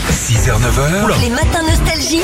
6h, 9h, Les matins nostalgie.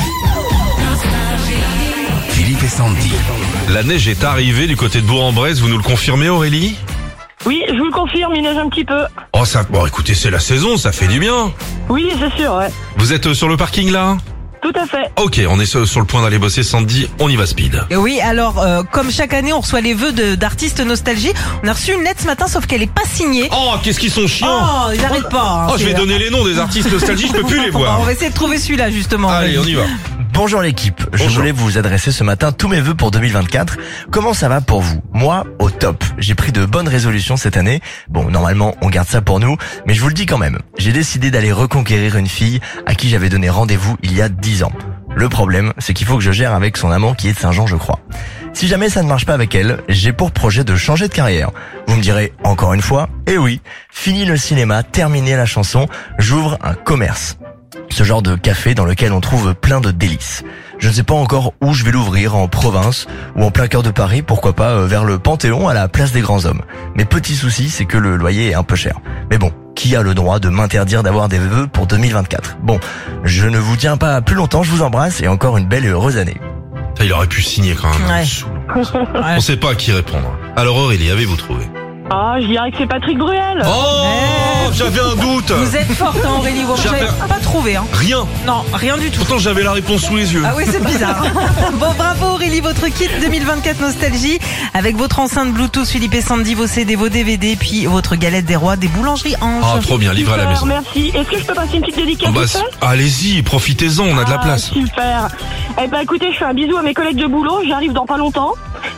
Philippe et Sandy. La neige est arrivée du côté de Bourg-en-Bresse, vous nous le confirmez Aurélie? Oui, je vous le confirme, il neige un petit peu. Oh ça, bon écoutez, c'est la saison, ça fait du bien. Oui, c'est sûr, ouais. Vous êtes sur le parking là? Tout à fait. Ok, on est sur le point d'aller bosser, Sandy, on y va speed. Et oui, alors comme chaque année, on reçoit les vœux d'artistes nostalgie. On a reçu une lettre ce matin, sauf qu'elle est pas signée. Oh, qu'est-ce qu'ils sont chiants. Oh, ils n'arrêtent pas. Oh, je vais donner les noms des artistes nostalgie, je peux plus les voir. On va essayer de trouver celui-là justement. Allez, on y va. Bonjour l'équipe, je Bonjour. voulais vous adresser ce matin tous mes vœux pour 2024. Comment ça va pour vous? Moi, au top. J'ai pris de bonnes résolutions cette année. Bon, normalement, on garde ça pour nous, mais je vous le dis quand même. J'ai décidé d'aller reconquérir une fille à qui j'avais donné rendez-vous il y a 10 ans. Le problème, c'est qu'il faut que je gère avec son amant qui est de Saint-Jean, je crois. Si jamais ça ne marche pas avec elle, j'ai pour projet de changer de carrière. Vous me direz, encore une fois, eh oui, fini le cinéma, terminé la chanson, j'ouvre un commerce. Ce genre de café dans lequel on trouve plein de délices. Je ne sais pas encore où je vais l'ouvrir, en province ou en plein cœur de Paris, pourquoi pas vers le Panthéon à la place des grands hommes. Mais petit souci, c'est que le loyer est un peu cher. Mais bon, qui a le droit de m'interdire d'avoir des vœux pour 2024? Bon, je ne vous tiens pas plus longtemps, je vous embrasse et encore une belle et heureuse année. Il aurait pu signer quand même. Ouais. On sait pas à qui répondre. Alors Aurélie, avez-vous trouvé? Ah, je dirais que c'est Patrick Bruel. Oh, j'avais un doute. Vous êtes forte, hein, Aurélie. Vous J'avais- n'avez pas trouvé, hein. Rien. Non, rien du tout. Pourtant j'avais la réponse sous les yeux. Ah oui, c'est bizarre. Bon, bravo Aurélie, votre kit 2024 nostalgie avec votre enceinte Bluetooth Philippe et Sandy, vos CD, vos DVD, puis votre galette des rois des boulangeries Ange. Ah, trop bien, livré à la maison. Merci. Est-ce que je peux passer une petite dédicace Bah, vite fait allez-y, profitez-en, on a de la Ah, place. Super. Eh ben écoutez, je fais un bisou à mes collègues de boulot, j'arrive dans pas longtemps.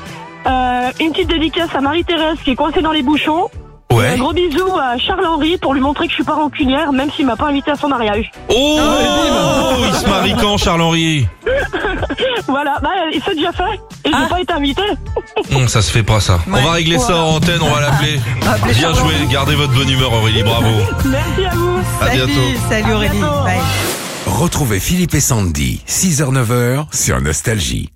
Une petite dédicace à Marie-Thérèse qui est coincée dans les bouchons. Un Ouais. gros bisou à Charles-Henri pour lui montrer que je suis pas rancunière, même s'il m'a pas invité à son mariage. Oh, il se marie quand, Charles-Henri? Voilà, bah c'est déjà fait. Et Ah. j'ai pas été invité. Ça se fait pas ça. Ouais. On va régler ça en antenne, on va l'appeler. Appelez Bien joué, Charles-Henri. gardez votre bonne humeur Aurélie, bravo. Merci à vous. À Salut, bientôt. salut À Aurélie. bientôt. Bye. Retrouvez Philippe et Sandy, 6h, 9h sur Nostalgie.